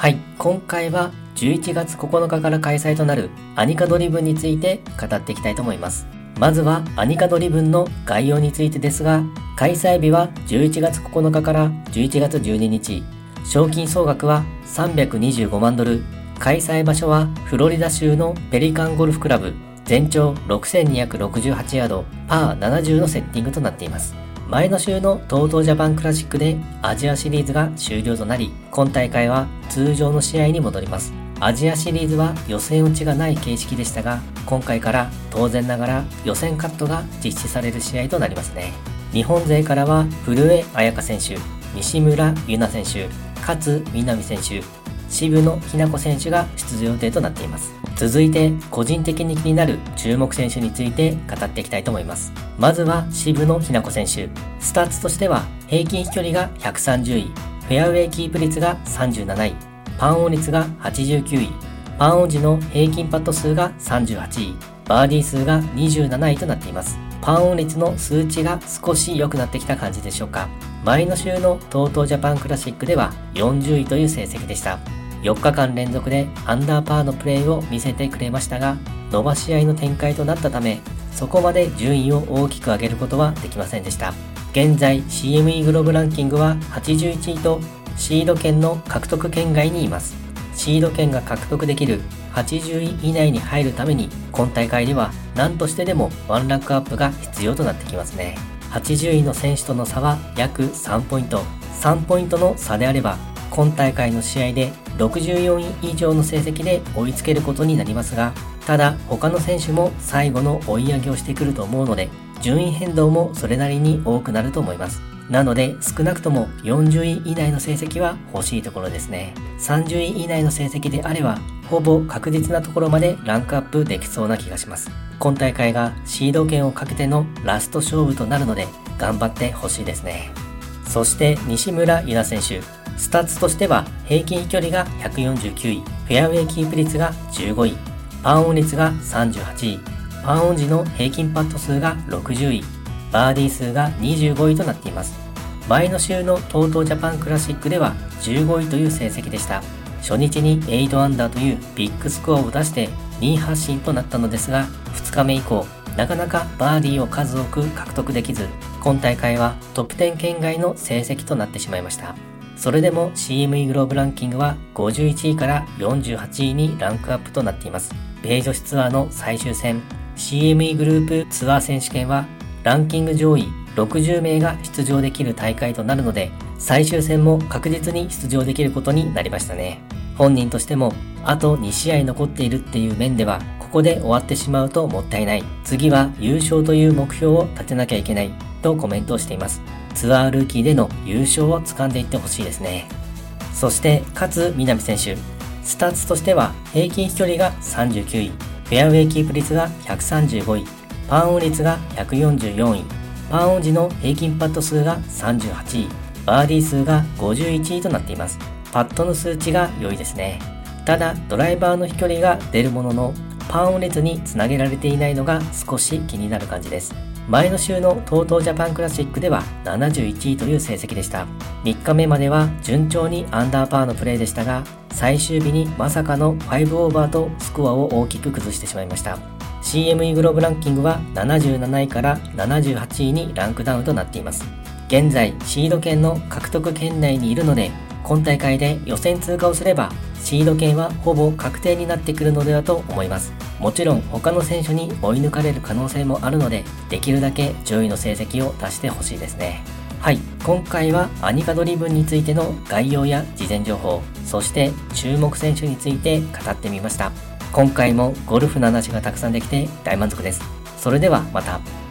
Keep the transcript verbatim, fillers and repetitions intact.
はい、今回はじゅういちがつここのかから開催となるアニカドリブンについて語っていきたいと思います。まずはアニカドリブンの概要についてですが、開催日はじゅういちがつここのかからじゅういちがつじゅうににち、賞金総額はさんびゃくにじゅうごまんドル、開催場所はフロリダ州のペリカンゴルフクラブ、全長ろくせんにひゃくろくじゅうはちヤード、パーななじゅうのセッティングとなっています。前の週の トートー ジャパンクラシックでアジアシリーズが終了となり、今大会は通常の試合に戻ります。アジアシリーズは予選落ちがない形式でしたが、今回から当然ながら予選カットが実施される試合となりますね。日本勢からは古江彩佳選手、西村優菜選手、勝みなみ選手、渋野日向子選手が出場予定となっています。続いて個人的に気になる注目選手について語っていきたいと思います。まずは渋野日向子選手。スタッツとしては平均飛距離がひゃくさんじゅうい、フェアウェイキープ率がさんじゅうなない、パンオン率がはちじゅうきゅうい、パンオン時の平均パット数がさんじゅうはちい、バーディー数がにじゅうなないとなっています。パンオン率の数値が少し良くなってきた感じでしょうか。前の週の トートー ジャパンクラシックではよんじゅういという成績でした。よっかかん連続でアンダーパーのプレーを見せてくれましたが、伸ばし合いの展開となったため、そこまで順位を大きく上げることはできませんでした。現在 シーエムイー グローブランキングははちじゅういちいとシード権の獲得圏外にいます。シード権が獲得できるはちじゅうい以内に入るために、今大会では何としてでもワンランクアップが必要となってきますね。はちじゅういの選手との差は約さんポイント。さんポイントの差であれば、今大会の試合でろくじゅうよんい以上の成績で追いつけることになりますが、ただ他の選手も最後の追い上げをしてくると思うので、順位変動もそれなりに多くなると思います。なので少なくともよんじゅうい以内の成績は欲しいところですね。さんじゅうい以内の成績であれば、ほぼ確実なところまでランクアップできそうな気がします。今大会がシード権をかけてのラスト勝負となるので、頑張ってほしいですね。そして西村優菜選手。スタッツとしては平均飛距離がひゃくよんじゅうきゅうい、フェアウェイキープ率がじゅうごい、パンオン率がさんじゅうはちい、パンオン時の平均パット数がろくじゅうい、バーディー数がにじゅうごいとなっています。前の週の トートー ジャパンクラシックではじゅうごいという成績でした。初日にはちアンダーというビッグスコアを出してにい発進となったのですが、ふつかめ以降なかなかバーディーを数多く獲得できず、今大会はトップじゅう圏外の成績となってしまいました。それでも シーエムイー グローブランキングはごじゅういちいからよんじゅうはちいにランクアップとなっています。米女子ツアーの最終戦 シーエムイー グループツアー選手権はランキング上位ろくじゅうめいが出場できる大会となるので、最終戦も確実に出場できることになりましたね。本人としてもあとにしあい残っているっていう面では、ここで終わってしまうともったいない、次は優勝という目標を立てなきゃいけないとコメントをしています。ツアールーキーでの優勝を掴んでいってほしいですね。そして勝みなみ選手。スタッツとしては平均飛距離がさんじゅうきゅうい、フェアウェイキープ率がひゃくさんじゅうごい、パンオン率がひゃくよんじゅうよんい、パンオン時の平均パット数がさんじゅうはちい、バーディー数がごじゅういちいとなっています。パットの数値が良いですね。ただドライバーの飛距離が出るものの、パンオン率につなげられていないのが少し気になる感じです。前の週の トートー ジャパンクラシックではななじゅういちいという成績でした。みっかめまでは順調にアンダーパーのプレーでしたが、最終日にまさかのごオーバーとスコアを大きく崩してしまいました。シーエムイー グローブランキングはななじゅうなないからななじゅうはちいにランクダウンとなっています。現在シード権の獲得圏内にいるので、今大会で予選通過をすればシード権はほぼ確定になってくるのではと思います。もちろん他の選手に追い抜かれる可能性もあるので、できるだけ上位の成績を出してほしいですね。はい、今回はアニカドリブンについての概要や事前情報、そして注目選手について語ってみました。今回もゴルフの話がたくさんできて大満足です。それではまた。